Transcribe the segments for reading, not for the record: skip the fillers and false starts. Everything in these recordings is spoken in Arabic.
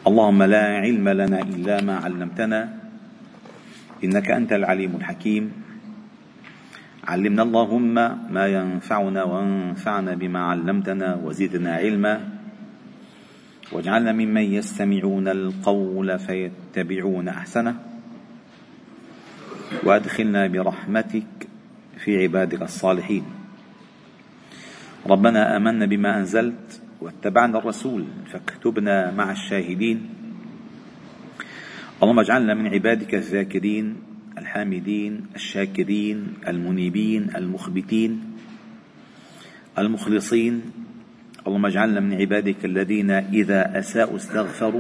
اللهم لا علم لنا إلا ما علمتنا إنك أنت العليم الحكيم. علمنا اللهم ما ينفعنا وانفعنا بما علمتنا وزدنا علما، واجعلنا ممن يستمعون القول فيتبعون أحسنه، وأدخلنا برحمتك في عبادك الصالحين. ربنا آمنا بما أنزلت واتبعنا الرسول فاكتبنا مع الشاهدين. اللهم اجعلنا من عبادك الذاكرين الحامدين الشاكرين المنيبين المخبتين المخلصين. اللهم اجعلنا من عبادك الذين إذا أساءوا استغفروا،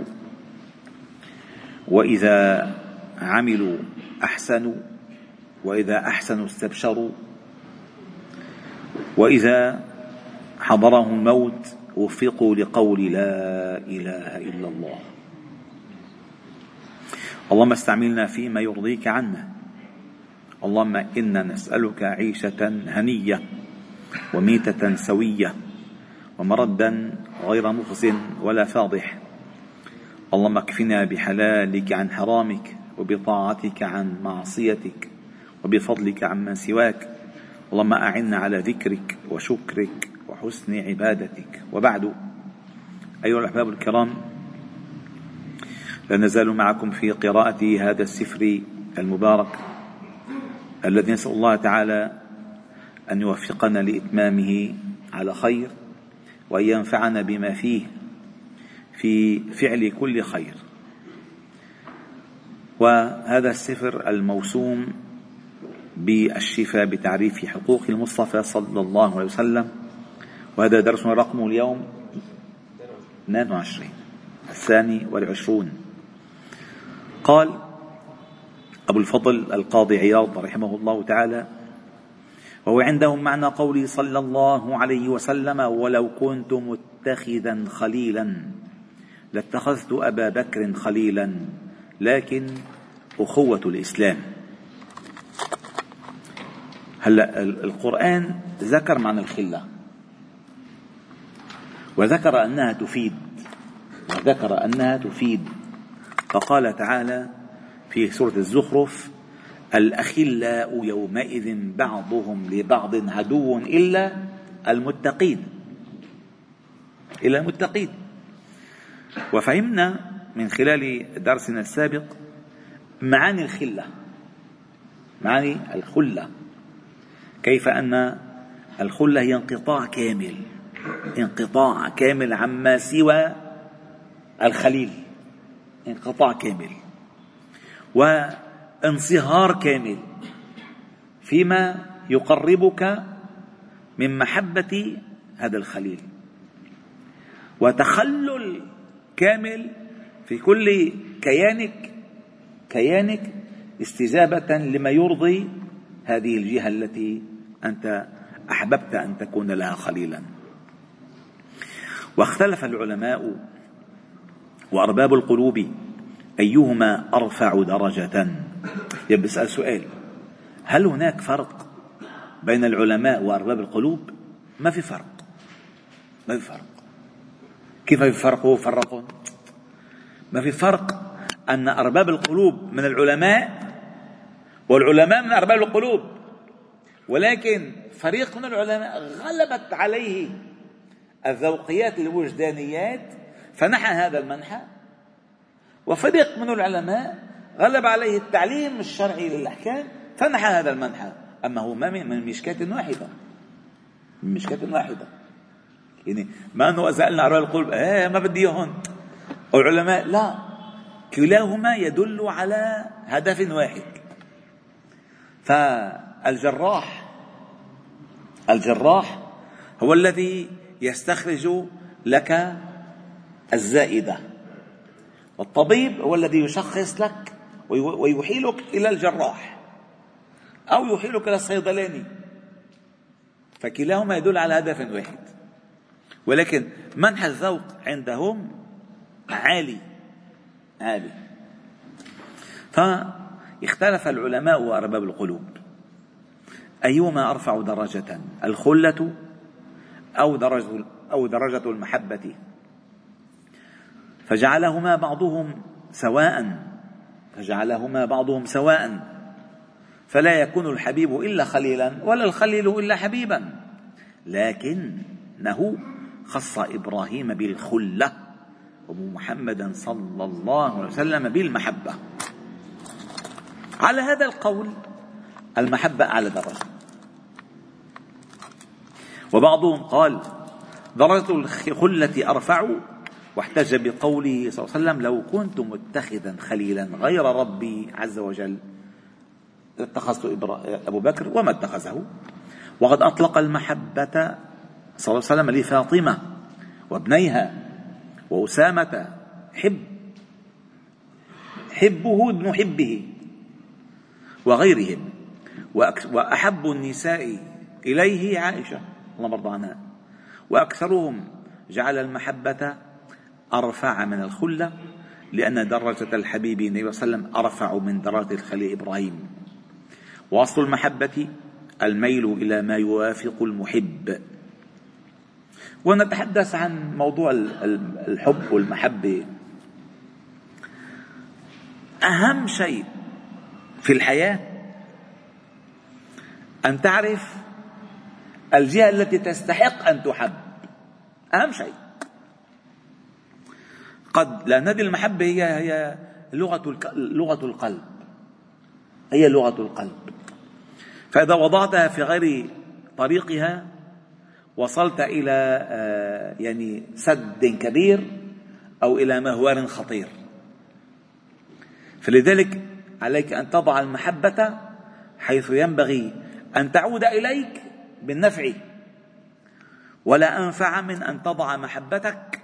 وإذا عملوا أحسنوا، وإذا أحسنوا استبشروا، وإذا حضرهم الموت وفقوا لقول لا إله إلا الله. اللهم استعملنا فيما يرضيك عنا. اللهم إنا نسألك عيشة هنية وميتة سوية ومردا غير مخز ولا فاضح. اللهم اكفنا بحلالك عن حرامك، وبطاعتك عن معصيتك، وبفضلك عمن سواك. اللهم أعنا على ذكرك وشكرك وحسن عبادتك. وبعد، أيها الأحباب الكرام، لا نزال معكم في قراءة هذا السفر المبارك الذي نسأل الله تعالى أن يوفقنا لإتمامه على خير، وأن ينفعنا بما فيه في فعل كل خير. وهذا السفر الموسوم بالشفاء بتعريف حقوق المصطفى صلى الله عليه وسلم، وهذا درسنا رقمه اليوم 22 22. قال أبو الفضل القاضي عياض رحمه الله تعالى: وهو عندهم معنى قولي صلى الله عليه وسلم: ولو كنت متخذا خليلا لاتخذت أبا بكر خليلا، لكن أخوة الإسلام. هلأ القرآن ذكر معنى الخلة، وذكر أنها تفيد فقال تعالى في سورة الزخرف: الأخلاء يومئذ بعضهم لبعض عدو إلا المتقين. وفهمنا من خلال درسنا السابق معاني الخلة، كيف أن الخلة هي انقطاع كامل عما سوى الخليل، انقطاع كامل وانصهار كامل فيما يقربك من محبة هذا الخليل، وتخلل كامل في كل كيانك استجابة لما يرضي هذه الجهة التي أنت أحببت أن تكون لها خليلا. واختلف العلماء وأرباب القلوب أيهما أرفع درجة. يسأل سؤال: هل هناك فرق بين العلماء وأرباب القلوب؟ ما في فرق. كيف فرقوا؟ ما في فرق أن أرباب القلوب من العلماء والعلماء من أرباب القلوب، ولكن فريق من العلماء غلبت عليه الذوقيات الوجدانيات فنحى هذا المنحى، وفريق من العلماء غلب عليه التعليم الشرعي للأحكام فنحى هذا المنحى. أما هو ما من مشكاة واحدة. يعني ما أنه أزالنا أرباب القلوب ما بدي هون العلماء، لا، كلاهما يدل على هدف واحد. فالجراح هو الذي يستخرج لك الزائدة، والطبيب هو الذي يشخص لك ويحيلك إلى الجراح أو يحيلك إلى الصيدلاني، فكلاهما يدل على هدف واحد، ولكن منحى الذوق عندهم عالي. فاختلف العلماء وأرباب القلوب أيهما أرفع درجة، الخلة أو درجة المحبة. فجعلهما بعضهم سواء فلا يكون الحبيب إلا خليلا ولا الخليل إلا حبيبا، لكنه خص إبراهيم بالخلة ومحمدا صلى الله عليه وسلم بالمحبة. على هذا القول المحبة أعلى درجة. وبعضهم قال درجة الخلة أرفع، واحتج بقوله صلى الله عليه وسلم: لو كنت متخذا خليلا غير ربي عز وجل اتخذت أبو بكر وما اتخذه. وقد أطلق المحبة صلى الله عليه وسلم لفاطمة وابنيها وأسامة حبه ابن حبه وغيرهم، وأحب النساء إليه عائشة اللهم ارضى عنها، وأكثرهم جعل المحبة أرفع من الخلة، لأن درجة الحبيب النبي صلى الله عليه وسلم أرفع من درجة الخليل إبراهيم. وأصل المحبة الميل إلى ما يوافق المحب. ونتحدث عن موضوع الحب والمحبة. أهم شيء في الحياة أن تعرف الجهة التي تستحق أن تحب، أهم شيء. لأن هذه المحبة هي لغة القلب، هي لغة القلب. فإذا وضعتها في غير طريقها وصلت إلى سد كبير أو إلى مهوار خطير. فلذلك عليك أن تضع المحبة حيث ينبغي أن تعود إليك بالنفع، ولا أنفع من أن تضع محبتك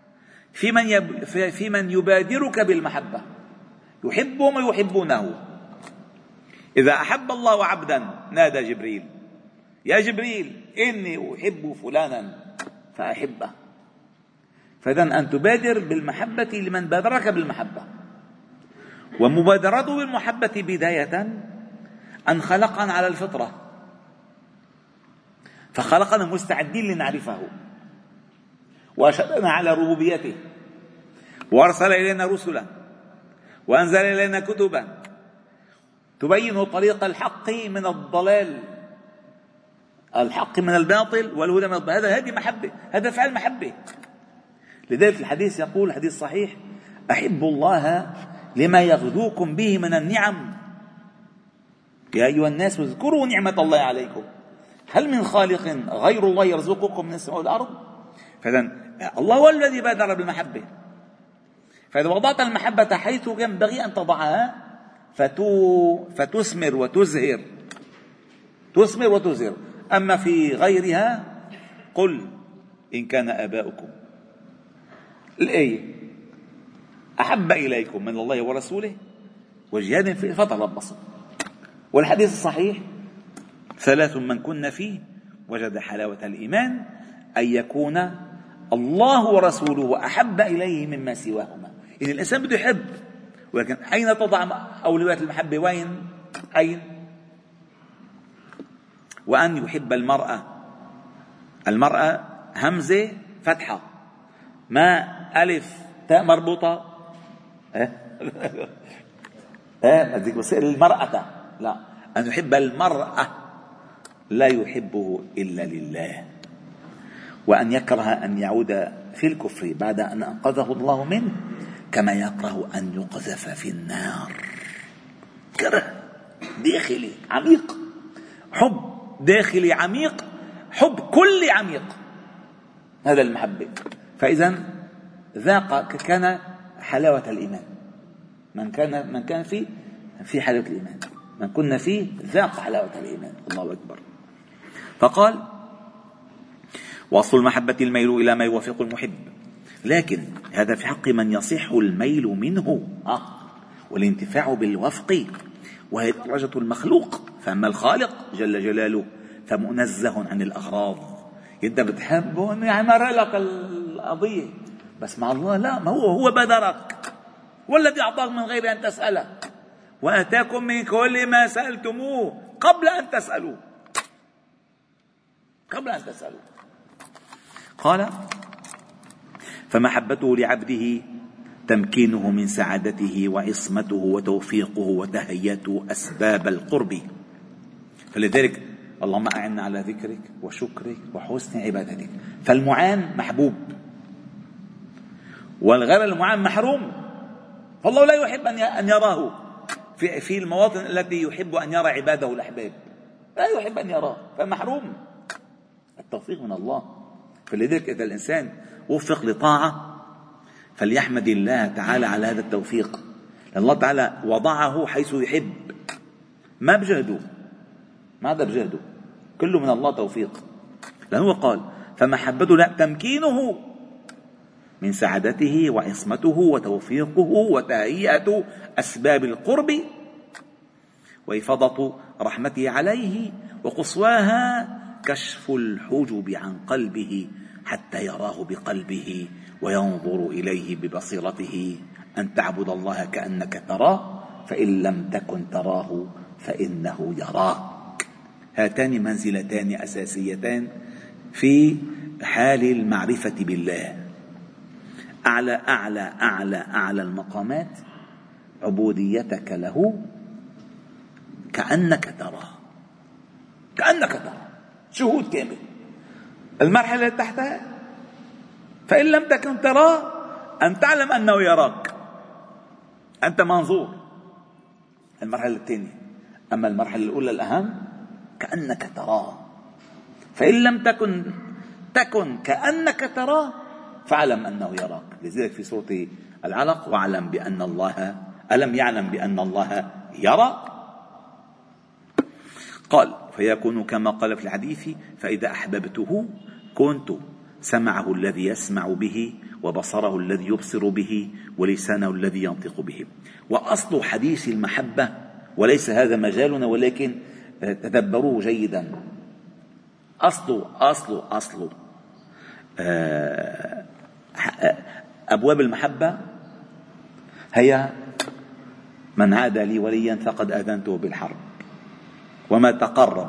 في من يبادرك بالمحبة، يحبهم ويحبونه. إذا أحب الله عبدا نادى جبريل: يا جبريل إني أحب فلانا فأحبه. فإذا أن تبادر بالمحبة لمن بادرك بالمحبة. ومبادرته بالمحبة بداية أن خلقنا على الفطرة، فخلقنا مستعدين لنعرفه، وأشهدنا على ربوبيته، وأرسل إلينا رسلا، وأنزل إلينا كتبا تبين طريق الحق من الضلال، الحق من الباطل، والهدى من الضلال. هذه محبة، هذا فعل محبة. لذلك الحديث يقول، حديث صحيح: أحبوا الله لما يغدوكم به من النعم، يا أيها الناس اذكروا نعمة الله عليكم، هل من خالق غير الله يرزقكم من السماء والأرض؟ فإذا الله هو الذي بادر بالمحبة. فإذا وضعت المحبة حيث ينبغي أن تضعها فتثمر وتزهر، تثمر وتزهر. أما في غيرها قل إن كان آباؤكم، الآية: أحب إليكم من الله ورسوله وجهاد في فتربصوا. والحديث الصحيح: ثلاث من كن فيه وجد حلاوة الإيمان، أن يكون الله ورسوله أحب إليه مما سواهما. إن الإنسان بده يحب، ولكن أين تضع أولويات المحبة؟ وين؟ أين؟ وأن يحب المرأة همزة فتحة، ما ألف تاء مربوطة بدك بصير المرأة، لا، أن يحب المرأة لا يحبه إلا لله، وأن يكره أن يعود في الكفر بعد أن أنقذه الله منه، كما يكره أن يقذف في النار. كره داخلي عميق، حب داخلي عميق، حب كلي عميق، هذا المحبة. فإذا كان حلاوة الإيمان، من كان في حلاوة الإيمان، من كنا فيه ذاق حلاوة الإيمان. الله أكبر. فقال: وأصل المحبة الميل إلى ما يوافق المحب، لكن هذا في حق من يصح الميل منه والانتفاع بالوفق، وهي درجة المخلوق. فأما الخالق جل جلاله فمنزه عن الأغراض. أنت بتحبه مرق لك القضية، بس مع الله لا، ما هو بدرك، والذي أعطاك من غير أن تسأله، وآتاكم من كل ما سألتموه قبل أن تسألوا. قال: فمحبته لعبده تمكينه من سعادته وعصمته وتوفيقه وتهيئته أسباب القرب. فلذلك اللهم أعنا على ذكرك وشكرك وحسن عبادتك. فالمعان محبوب، والغير المعان محروم. فالله لا يحب أن يراه في المواطن التي يحب أن يرى عباده الأحباب، لا يحب أن يراه، فمحروم. التوفيق من الله. فلذلك إذا الإنسان وفق لطاعة فليحمد الله تعالى على هذا التوفيق، لأن الله تعالى وضعه حيث يحب، ما بجهده، ما هذا بجهده، كله من الله توفيق. لأنه قال فمحبته لا تمكينه من سعادته وعصمته وتوفيقه وتهيئة أسباب القرب وإفاضة رحمته عليه، وقصواها كشف الحجب عن قلبه حتى يراه بقلبه وينظر إليه ببصيرته. أن تعبد الله كأنك تراه فإن لم تكن تراه فإنه يراك. هاتان منزلتان أساسيتان في حال المعرفة بالله. أعلى أعلى أعلى أعلى المقامات عبوديتك له كأنك تراه، كأنك تراه، شهود كامل. المرحلة اللي تحتها فإن لم تكن تراه أن تعلم أنه يراك، أنت منظور. المرحلة الثانية. أما المرحلة الأولى الأهم كأنك تراه، فإن لم تكن كأنك تراه فاعلم أنه يراك. لذلك في سورة العلق واعلم بأن الله ألم يعلم بأن الله يرى. قال فيكون كما قال في الحديث فإذا أحببته كنت سمعه الذي يسمع به وبصره الذي يبصر به ولسانه الذي ينطق به. وأصل حديث المحبة، وليس هذا مجالنا ولكن تدبروه جيدا، أصل أبواب المحبة هي من عادى لي وليا فقد آذنته بالحرب، وما تقرب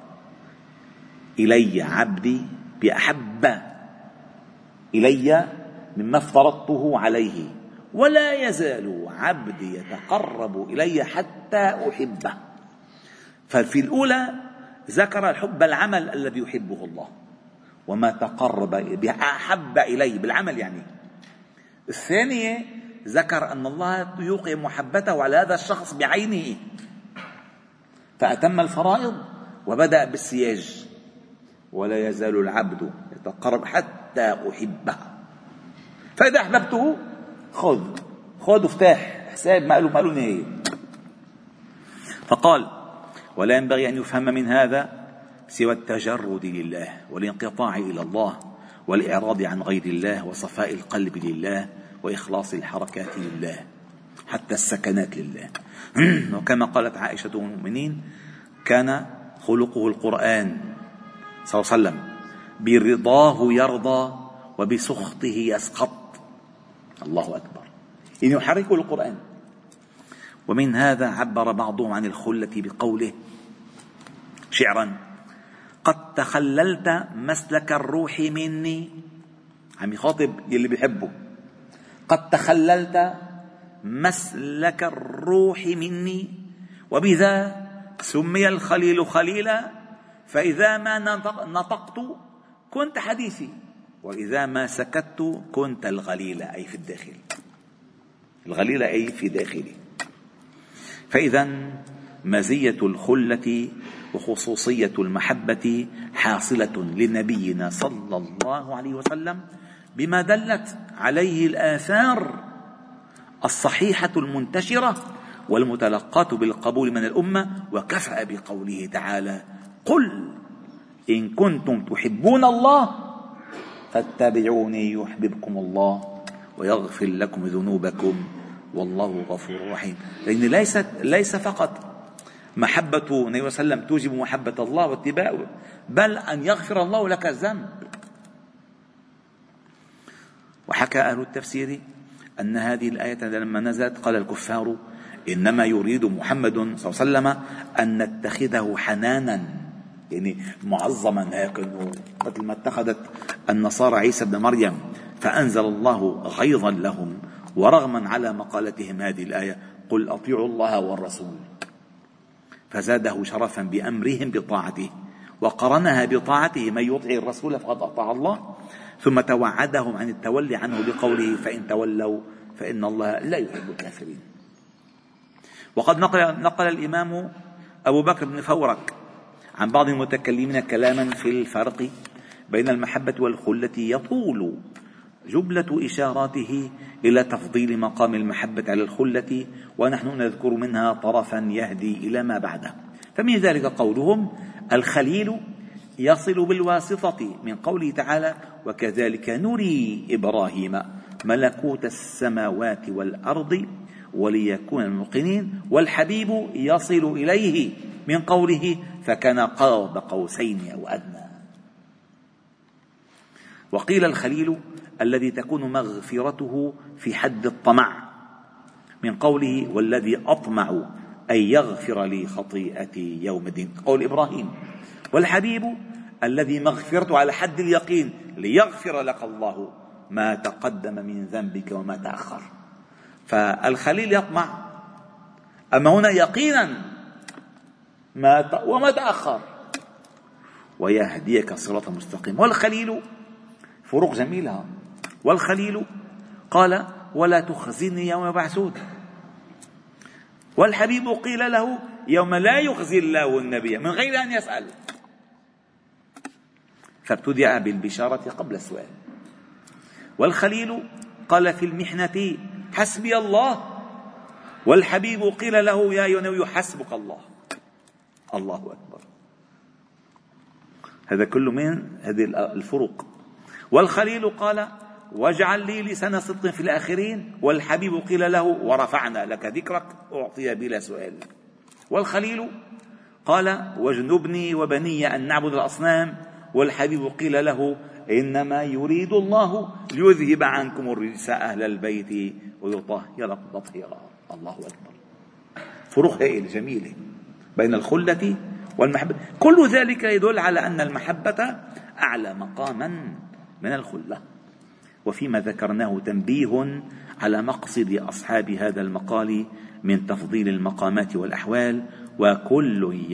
إلي عبدي بأحب إلي مما افترضته عليه، ولا يزال عبدي يتقرب إلي حتى أحبه. ففي الأولى ذكر الحب العمل الذي يحبه الله، وما تقرب بأحب إلي بالعمل يعني. الثانية ذكر أن الله يوقع محبته على هذا الشخص بعينه، فأتم الفرائض وبدأ بالسياج ولا يزال العبد يتقرب حتى أحبه. فإذا أحببته خذ افتح حساب ما له نهاية. فقال ولا ينبغي أن يفهم من هذا سوى التجرد لله والانقطاع إلى الله والإعراض عن غير الله وصفاء القلب لله وإخلاص الحركات لله حتى السكنات لله. وكما قالت عائشة أم المؤمنين كان خلقه القرآن صلى الله عليه وسلم برضاه يرضى وبسخطه يسخط. الله أكبر، إن يحركه القرآن. ومن هذا عبر بعضهم عن الخلة بقوله شعرا قد تخللت مسلك الروح مني، عم يخاطب يلي بيحبه، قد تخللت مسلك الروح مني وبذا سمي الخليل خليلا، فإذا ما نطقت كنت حديثي وإذا ما سكت كنت الغليل، أي في الداخل، الغليل أي في داخلي. فإذا مزية الخلة وخصوصية المحبة حاصلة لنبينا صلى الله عليه وسلم بما دلت عليه الآثار الصحيحة المنتشرة والمتلقاة بالقبول من الأمة. وكفى بقوله تعالى قل إن كنتم تحبون الله فاتبعوني يحببكم الله ويغفر لكم ذنوبكم والله غفور رحيم. لأن ليس فقط محبة النبي صلى الله عليه وسلم توجب محبة الله واتباعه، بل أن يغفر الله لك الذنب. وحكى أهل التفسير أن هذه الآية لما نزلت قال الكفار إنما يريد محمد صلى الله عليه وسلم أن نتخذه حنانا، يعني معظما هكذا، مثل ما اتخذت النصارى عيسى بن مريم، فأنزل الله غيظا لهم ورغما على مقالتهم هذه الآية قل أطيعوا الله والرسول، فزاده شرفا بأمرهم بطاعته، وقرنها بطاعته من يطع الرسول فقد أطاع الله، ثم توعدهم عن التولي عنه بقوله فإن تولوا فإن الله لا يحب الكافرين. وقد نقل الإمام أبو بكر بن فورك عن بعض المتكلمين كلاما في الفرق بين المحبة والخلة يطول جملة إشاراته إلى تفضيل مقام المحبة على الخلة، ونحن نذكر منها طرفا يهدي إلى ما بعده. فمن ذلك قولهم الخليل يصل بالواسطة من قوله تعالى وكذلك نري إبراهيم ملكوت السماوات والأرض وليكون الموقنين، والحبيب يصل إليه من قوله فكان قاب قوسين أو أدنى. وقيل الخليل الذي تكون مغفرته في حد الطمع من قوله والذي أطمع أن يغفر لي خطيئتي يوم الدين، قول إبراهيم. والحبيب الذي مغفرته على حد اليقين ليغفر لك الله ما تقدم من ذنبك وما تأخر. فالخليل يطمع، أما هنا يقينا وما تأخر، ويهديك صراطا مستقيما. والخليل فروق جميلة. والخليل قال ولا تخزني يوم يبعثون، والحبيب قيل له يوم لا يخزي الله النبي من غير أن يسأل، فابتدأ بالبشارة قبل السؤال. والخليل قال في المحنة حسبي الله، والحبيب قيل له يا ينوي حسبك الله. الله أكبر. هذا كله من هذه الفروق. والخليل قال واجعل لي لسان صدق في الآخرين، والحبيب قيل له ورفعنا لك ذكرك أعطي بلا سؤال. والخليل قال واجنبني وبني أن نعبد الأصنام، والحبيب قيل له إنما يريد الله ليذهب عنكم الرجس أهل البيت ويطهركم تطهيرا. الله أكبر. فروق هائلة جميلة بين الخلة والمحبة. كل ذلك يدل على أن المحبة أعلى مقاما من الخلة. وفيما ذكرناه تنبيه على مقصد أصحاب هذا المقال من تفضيل المقامات والأحوال، وكل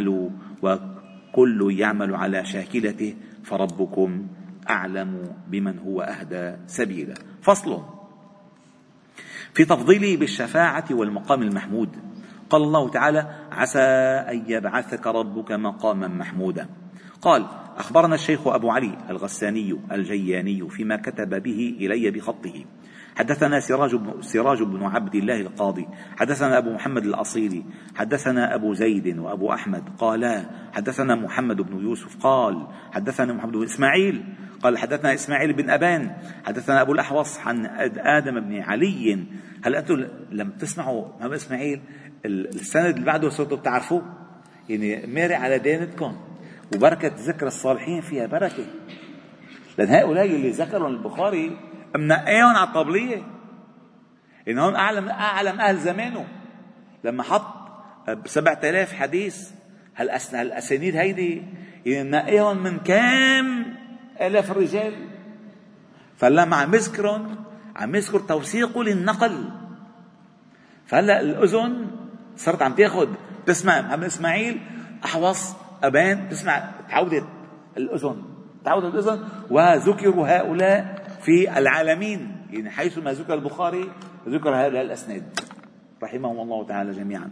يعمل على شاكلته، فربكم أعلم بمن هو أهدى سبيلا. فصل في تفضيله بالشفاعة والمقام المحمود. قال الله تعالى عسى أن يبعثك ربك مقاما محمودا. قال أخبرنا الشيخ أبو علي الغساني الجياني فيما كتب به إلي بخطه. حدثنا سراج بن عبد الله القاضي حدثنا أبو محمد الأصيلي حدثنا أبو زيد وأبو أحمد قالا حدثنا محمد بن يوسف قال حدثنا محمد بن إسماعيل قال حدثنا إسماعيل بن أبان حدثنا أبو الأحوص عن آدم بن علي. هل أنتم لم تسمعوا محمد إسماعيل السند اللي بعده صوته بتعرفوه؟ يعني ماري على دينتكم، وبركة ذكر الصالحين فيها بركة، لأن هؤلاء اللي ذكروا البخاري منقيهم على الطبلية، إنهم أعلم أهل زمانه لما حط 7000 حديث. هالأسانيد هيدي منقيهم من كام آلاف الرجال، فلما عم يذكر توثيقه للنقل. فهلا الأذن صارت عم تسمع محمد إسماعيل أحوص أبان، تسمع تعودت الأذن وذكروا هؤلاء في العالمين، يعني حيث ما ذكر البخاري ذكر هؤلاء الأسناد رحمهم الله تعالى جميعا.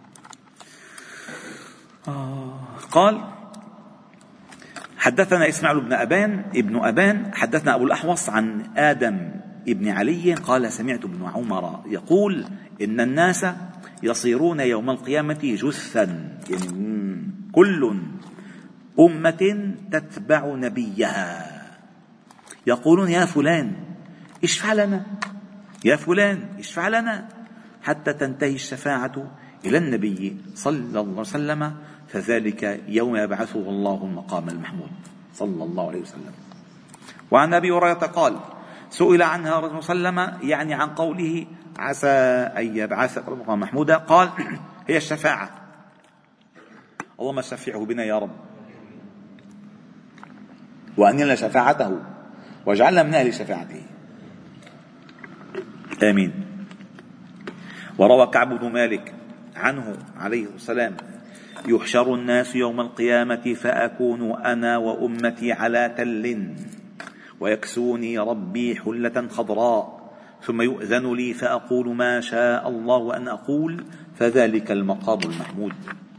قال حدثنا إسماعيل ابن أبان حدثنا أبو الأحوص عن آدم ابن علي قال سمعت ابن عمر يقول إن الناس يصيرون يوم القيامة جثا، يعني كل أمة تتبع نبيها، يقولون يا فلان اشفع لنا، يا فلان اشفع لنا، حتى تنتهي الشفاعة إلى النبي صلى الله عليه وسلم، فذلك يوم يبعثه الله المقام المحمود صلى الله عليه وسلم. وعن أبي هريرة قال سئل عنها رسول الله صلى الله عليه وسلم، يعني عن قوله عسى أن يبعثك المقام محمودا، قال هي الشفاعة، اللهم شفعه بنا يا رب وأن لنا شفاعته واجعلنا من أهل شفاعته. آمين. وروى كعب بن مالك عنه عليه السلام: يحشر الناس يوم القيامة فأكون أنا وأمتي على تل، ويكسوني ربي حلة خضراء، ثم يؤذن لي فأقول ما شاء الله أن أقول، فذلك المقام المحمود.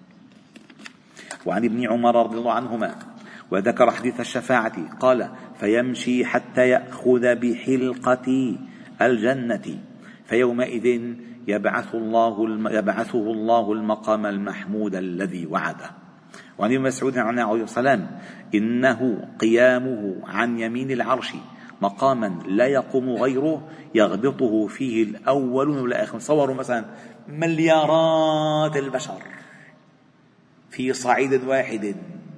وعن ابن عمر رضي الله عنهما وذكر حديث الشفاعة قال: فيمشي حتى يأخذ بحلقة الجنة، فيومئذ يبعثه الله المقام المحمود الذي وعده. وعن ابن مسعود عن عليه السلام: إنه قيامه عن يمين العرش مقاما لا يقوم غيره يغبطه فيه الأولون والآخرون. صوروا مثلا مليارات البشر في صعيد واحد،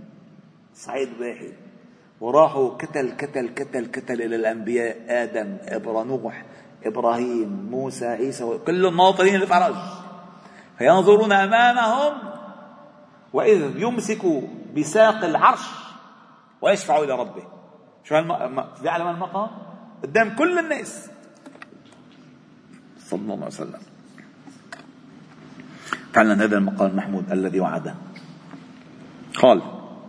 وراحوا كتل إلى الأنبياء: آدم، نوح، إبراهيم، موسى، عيسى، كلهم ناطرين الفرج، فينظرون أمامهم وإذ يمسك بساق العرش ويشفع إلى ربه. شو بيعلم المقام قدام كل الناس صلى الله عليه وسلم. فعلا هذا المقام المحمود الذي وعده. قال: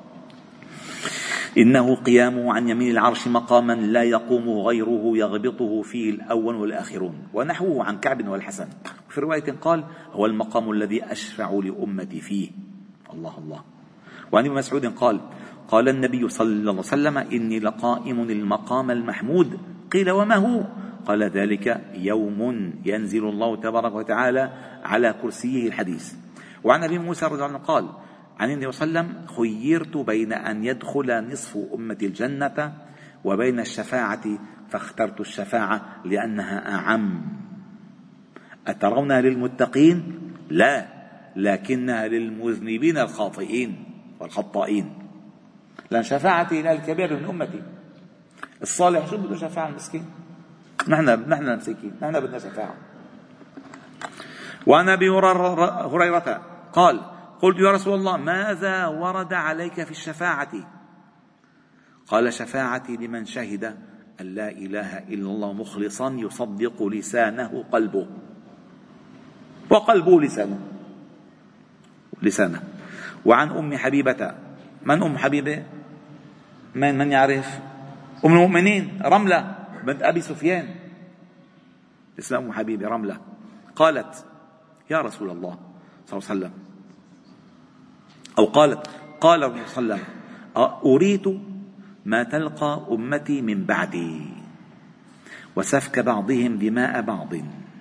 إنه قيامه عن يمين العرش مقاما لا يقوم غيره يغبطه فيه الأول والآخرون. ونحوه عن كعب والحسن. في رواية قال: هو المقام الذي أشفع لأمتي فيه. الله الله. وعن ابن مسعود قال: قال النبي صلى الله عليه وسلم: إني لقائم المقام المحمود. قيل: وما هو؟ قال: ذلك يوم ينزل الله تبارك وتعالى على كرسيه الحديث. وعن أبي موسى رضي الله عنه قال: عن النبي صلى الله عليه وسلم: خيرت بين أن يدخل نصف أمتي الجنة وبين الشفاعة، فاخترت الشفاعة لأنها أعم. أترونها للمتقين؟ لا، لكنها للمذنبين الخاطئين والخطائين. لأن شفاعتي إلى الكبير من أمتي. الصالح شو بده شفاعة؟ المسكين. نحن المساكين، نحن بدنا شفاعة. وعن أبي هريرة قال: قلت: يا رسول الله، ماذا ورد عليك في الشفاعة؟ قال: شفاعتي لمن شهد أن لا إله إلا الله مخلصا يصدق لسانه قلبه، وقلبه لسانه. وعن أم حبيبة. من أم حبيبة؟ من يعرف؟ أم المؤمنين رملة بنت أبي سفيان، اسمها أم حبيبة رملة. قالت: يا رسول الله صلى الله عليه وسلم، أو قالت: قال الرسول صلى الله عليه وسلم: أريد ما تلقى أمتي من بعدي، وسفك بعضهم دماء بعض،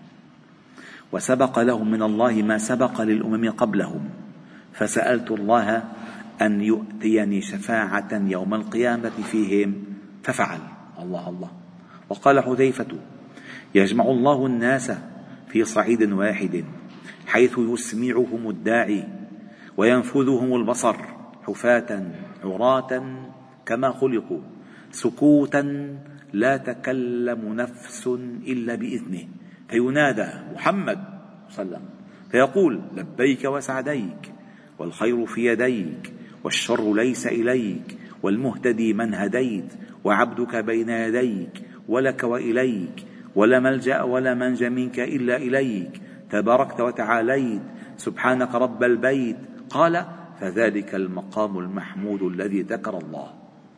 وسبق لهم من الله ما سبق للأمم قبلهم، فسألت الله أن يؤتيني شفاعة يوم القيامة فيهم، ففعل. الله الله. وقال حذيفة: يجمع الله الناس في صعيد واحد، حيث يسمعهم الداعي وينفذهم البصر، حفاة عراة كما خلقوا، سكوتا لا تكلم نفس إلا بإذنه، فينادى محمد صلى الله عليه وسلم فيقول: لبيك وسعديك، والخير في يديك، والشر ليس إليك، والمهتدي من هديت، وعبدك بين يديك، ولك وإليك، ولا ملجأ ولا منجى منك إلا إليك، تباركت وتعاليت، سبحانك رب البيت. قال: فذلك المقام المحمود الذي ذكر الله.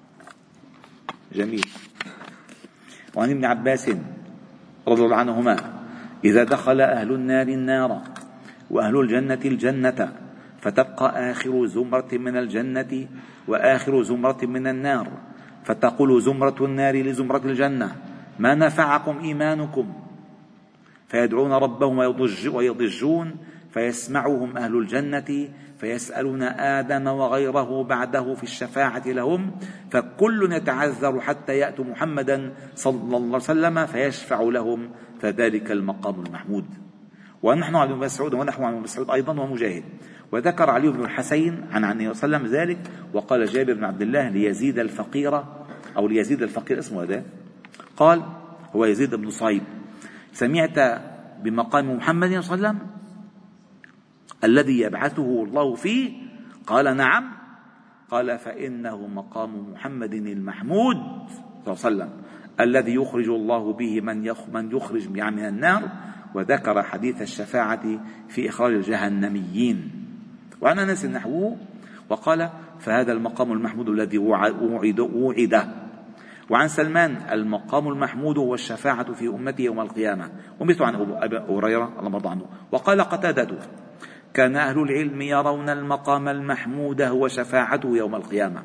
جميل. وعن ابن عباس رضي الله عنهما: إذا دخل أهل النار النار وأهل الجنة الجنة، فتبقى آخر زمرة من الجنة وآخر زمرة من النار، فتقول زمرة النار لزمرة الجنة: ما نفعكم إيمانكم؟ فيدعون ربهم ويضجون، فيسمعهم أهل الجنة فيسألون آدم وغيره بعده في الشفاعة لهم، فكل يتعذر حتى يأتوا محمدا صلى الله عليه وسلم فيشفع لهم، فذلك المقام المحمود. ونحن عن ابن مسعود ونحو عن ابن مسعود أيضا ومجاهد. وذكر علي بن الحسين عن النبي صلى الله عليه وسلم ذلك. وقال جابر بن عبد الله ليزيد الفقير، أو ليزيد الفقير اسمه هذا، قال هو يزيد بن صهيب: سمعت بمقام محمد صلى الله عليه وسلم الذي يبعثه الله فيه؟ قال: نعم. قال: فإنه مقام محمد المحمود صلى الله عليه وسلم الذي يخرج الله به من يخرج من النار، وذكر حديث الشفاعة في إخراج الجهنميين. وعن أنس نحوه وقال: فهذا المقام المحمود الذي وعده. وعن سلمان: المقام المحمود هو الشفاعة في أمته يوم القيامة. ومثل عن أبي هريرة الله مرضى عنه. وقال قتادة: كان أهل العلم يرون المقام المحمود هو شفاعته يوم القيامة.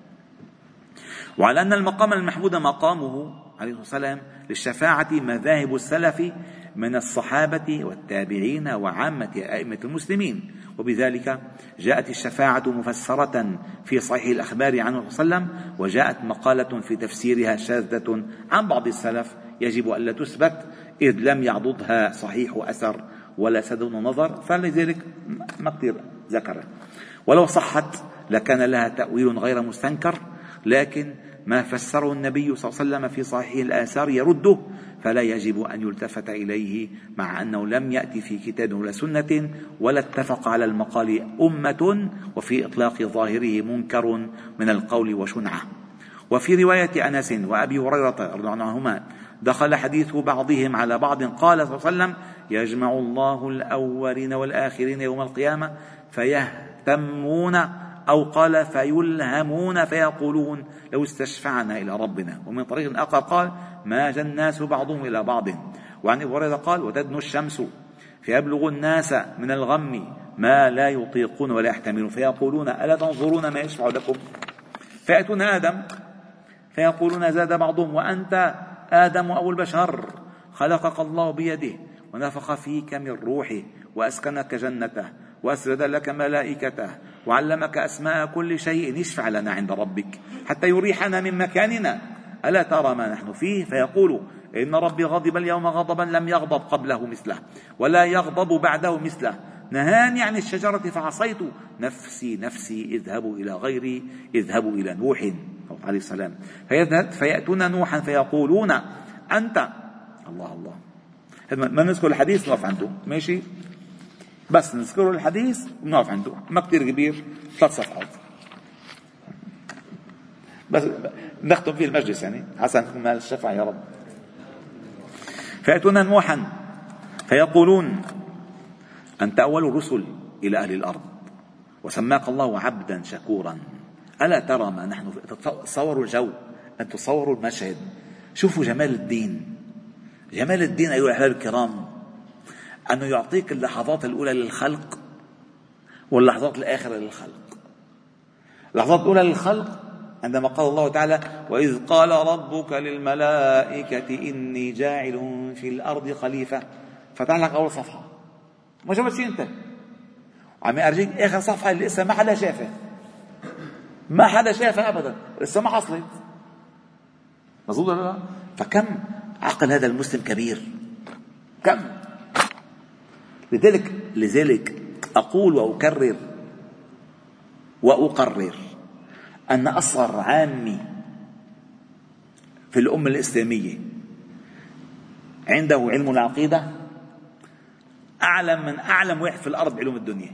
وعلى أن المقام المحمود مقامه عليه الصلاة والسلام للشفاعة مذاهب السلف من الصحابة والتابعين وعامة أئمة المسلمين، وبذلك جاءت الشفاعة مفسرة في صحيح الأخبار عنه صلى الله عليه وسلم، وجاءت مقالة في تفسيرها شاذة عن بعض السلف يجب ألا تثبت إذ لم يعضدها صحيح أثر ولا سدد نظر، فلذلك ما كثير ذكر. ولو صحت لكان لها تأويل غير مستنكر، لكن ما فسره النبي صلى الله عليه وسلم في صحيح الآثار يرده، فلا يجب أن يلتفت إليه، مع أنه لم يأتي في كتاب ولا سنة ولا اتفق على المقال أمة، وفي إطلاق ظاهره منكر من القول وشنعة. وفي رواية أنس وأبي هريرة رضي الله عنهما دخل حديث بعضهم على بعض، قال صلى الله عليه وسلم: يجمع الله الأولين والآخرين يوم القيامة فيهتمون، أو قال فيلهمون فيقولون لو استشفعنا إلى ربنا. ومن طريق آخر قال: ماج الناس بعضهم إلى بعض. وعن أبي هريرة قال: وتدنو الشمس فيبلغ الناس من الغم ما لا يطيقون ولا يحتملون، فيقولون ألا تنظرون ما يشفع لكم؟ فيأتون آدم فيقولون زاد بعضهم: وأنت آدم أبو البشر، خلقك الله بيده ونفخ فيك من روحه وأسكنك جنته وأسجد لك ملائكته وعلمك أسماء كل شيء، اشفع لنا عند ربك حتى يريحنا من مكاننا، ألا ترى ما نحن فيه؟ فيقول: إن ربي غضب اليوم غضبا لم يغضب قبله مثله ولا يغضب بعده مثله، نهاني عن الشجرة فعصيت، نفسي نفسي اذهبوا إلى غيري، اذهبوا إلى نوح عليه السلام. فيأتون نوحا فيقولون: أنت الله الله. ما نذكر الحديث نقف عنده، ماشي؟ بس نذكر الحديث ونقف عنده، ما كتير كبير، 3 صفحات بس نختم فيه المجلس، يعني حسن مال الشفاعة يا رب. فيأتون نوحا فيقولون: أنت أول الرسل إلى أهل الأرض وسماك الله عبدا شكورا، ألا ترى ما نحن فيه؟ تصوروا الجو، أن تصوروا المشهد، شوفوا جمال الدين. جمال الدين أيها الأحباب الكرام أنه يعطيك اللحظات الأولى للخلق واللحظات الآخرة للخلق. اللحظات الأولى للخلق عندما قال الله تعالى: وإذ قال ربك للملائكة إني جاعل في الأرض خليفة، فتح لك أول صفحة ما شافت شيء أنت، عم أرجيك آخر صفحة اللي لسه ما حدا شافها، ما حدا شافها أبدا، لسه ما حصلت. مظبوط ولا لا؟ فكم عقل هذا المسلم كبير، كم. لذلك أقول وأكرر وأقرر أن أصغر عامي في الأمة الإسلامية عنده علم العقيدة أعلم من أعلم واحد في الأرض بعلوم الدنيا،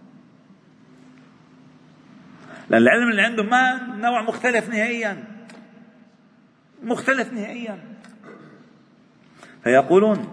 لأن العلم اللي عنده ما نوع مختلف نهائيا. فيقولون: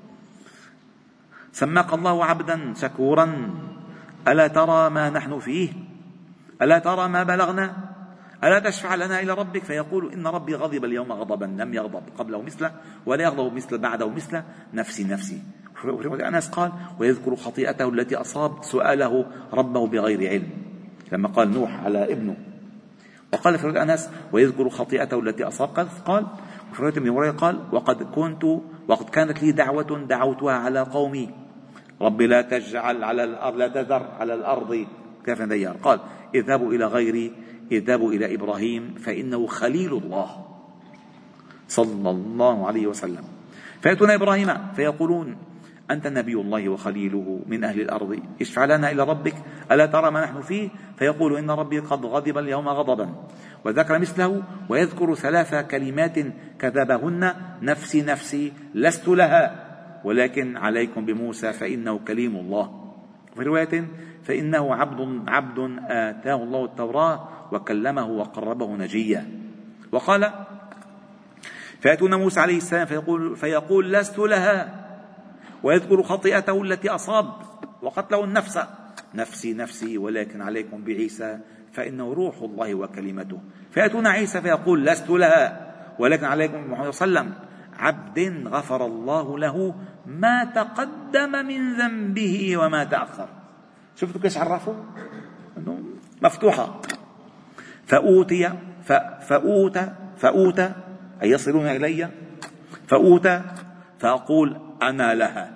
سماك الله عبدا شكورا، ألا ترى ما نحن فيه؟ ألا ترى ما بلغنا؟ ألا تشفع لنا إلى ربك؟ فيقول: إن ربي غضب اليوم غضبا لم يغضب قبله مثله ولا يغضب مثل بعده مثله، نفسي نفسي. أنس قال: ويذكر خطيئته التي أصاب سؤاله ربه بغير علم، لما قال نوح على ابنه. وقال في أنس: ويذكر خطيئته التي أصاب، قال في رواية ابن هريرة قال: وقد كانت لي دعوة دعوتها على قومي، ربي لا تجعل على الأرض، لا تذر على الأرض كافرا ديار. قال: اذهبوا إلى غيري، اذهبوا إلى إبراهيم فإنه خليل الله صلى الله عليه وسلم. فيأتون إبراهيم فيقولون: أنت نبي الله وخليله من أهل الأرض، اشفع لنا إلى ربك، ألا ترى ما نحن فيه؟ فيقول: إن ربي قد غضب اليوم غضبا، وذكر مثله، ويذكر 3 كلمات كذبهن: نفسي نفسي لست لها، ولكن عليكم بموسى فإنه كليم الله. في رواية: فإنه عبد آتاه الله التوراة وكلمه وقربه نجيا. وقال: فيأتون موسى عليه السلام فيقول لست لها، ويذكر خطيئته التي أصاب وقتله النفس، نفسي نفسي ولكن عليكم بعيسى فإنه روح الله وكلمته. فيأتون عيسى فيقول لست لها ولكن عليكم محمد صلى الله عليه وسلم، عبد غفر الله له ما تقدم من ذنبه وما تأخر. شفتوا كيف عرفوا انه مفتوحة. فأوتى أي يصلون إلي، فأوتى فأقول أنا لها،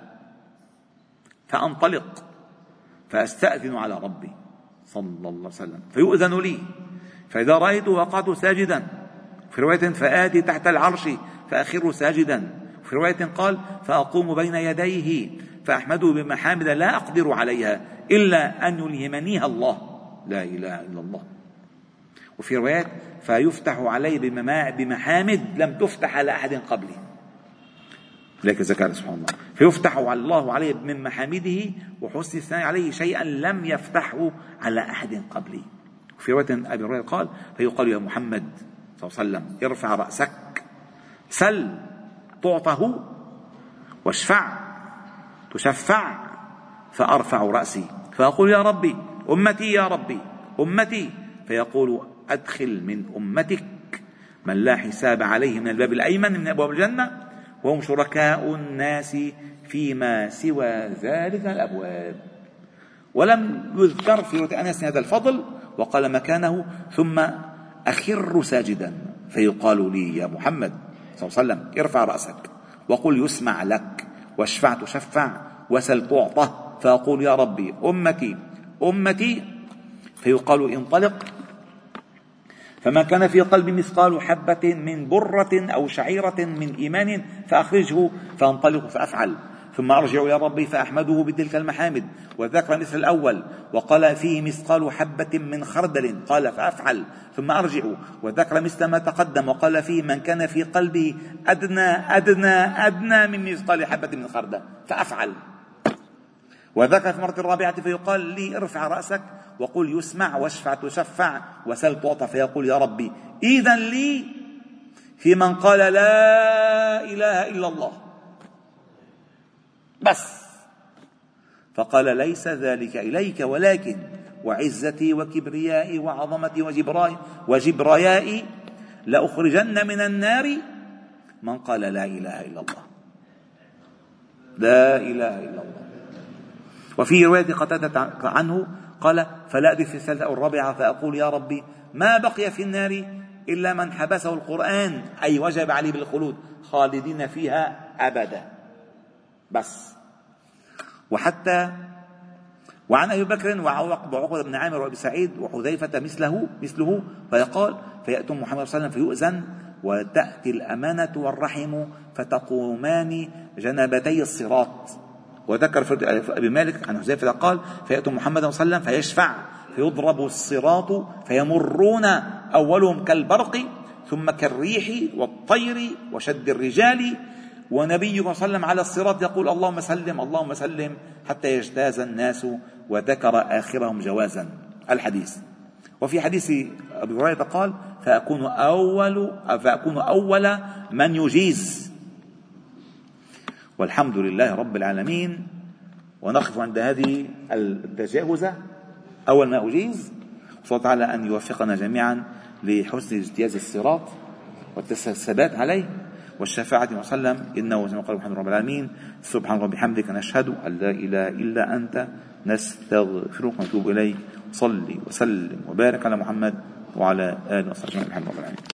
فأنطلق فأستأذن على ربي صلى الله عليه وسلم فيؤذن لي، فإذا رأيت وقعت ساجدا، في رواية فآتي تحت العرش فأخر ساجدا، في رواية قال فأقوم بين يديه فأحمده بمحامد لا أقدر عليها إلا أن يلهمنيها الله، لا إله إلا الله. وفي روايات فيفتح عليه بمحامد لم تفتح على أحد قبلي، لكن ذكر سبحان الله، فيفتح الله عليه من محامده وحسن الثناء عليه شيئا لم يفتحه على أحد قبلي. وفي رواية أبي هريرة قال فيقال يا محمد صلى الله عليه وسلم ارفع رأسك، سل تعطه، واشفع تشفع، فأرفع رأسي فأقول يا ربي أمتي يا ربي أمتي، فيقول أدخل من أمتك من لا حساب عليه من الباب الأيمن من أبواب الجنة وهم شركاء الناس فيما سوى ذلك الأبواب. ولم يذكر في رواية أنس هذا الفضل، وقال مكانه ثم أخر ساجدا فيقال لي يا محمد صلى الله عليه وسلم ارفع رأسك وقل يسمع لك، واشفع تشفع، وسل تعطى، فأقول يا ربي أمتي أمتي، فيقال انطلق، فما كان في قلبي مثقال حبة من برة أو شعيرة من إيمان فأخرجه، فانطلق فأفعل، ثم أرجع يا ربي فأحمده بتلك المحامد، وذكر مثل الأول وقال فيه مثقال حبة من خردل، قال فأفعل، ثم أرجع وذكر مثل ما تقدم وقال فيه من كان في قلبه أدنى من مثقال حبة من خردل فأفعل، وذكر في المرة الرابعة فيقال لي ارفع رأسك وقل يسمع، واشفع تشفع، وسل تعطى، فيقول يا ربي إذن لي في من قال لا إله إلا الله بس. فقال ليس ذلك إليك ولكن وعزتي وكبريائي وعظمتي وجبريائي لأخرجن من النار من قال لا إله إلا الله، لا إله إلا الله. وفي رواية قتادة عنه قال فلا أدري في الثالثة أو الرابعة فأقول يا ربي ما بقي في النار إلا من حبسه القرآن، أي وجب عليه بالخلود خالدين فيها أبدا بس. وحتى وعن أبي بكر وعقبة بن عامر وأبي سعيد وحذيفة مثله فيقال فيأتون محمد صلى الله عليه وسلم فيؤذن وتأتي الأمانة والرحم فتقومان جنبتي الصراط. وذكر في أبي مالك عن حذيفة قال فيأتون محمد صلى الله عليه وسلم فيشفع فيضرب الصراط فيمرون أولهم كالبرق ثم كالريح والطير وشد الرجال، ونبي صلى الله عليه وسلم على الصراط يقول اللهم سلم اللهم سلم حتى يجتاز الناس، وذكر آخرهم جوازا الحديث. وفي حديث أبي هريرة قال فأكون أول من يجيز. والحمد لله رب العالمين. ونقف عند هذه التجاوزة أول ما أجيز، صلى الله تعالى أن يوفقنا جميعا لحسن اجتياز الصراط والثبات عليه والشفاعة وسلم، إنه زي ما قال محمد رب العالمين سبحان الله بحمدك نشهد أن لا إله إلا أنت نستغفرك ونتوب إليك. صلي وسلم وبارك على محمد وعلى آله وصحبه محمد رب العالمين.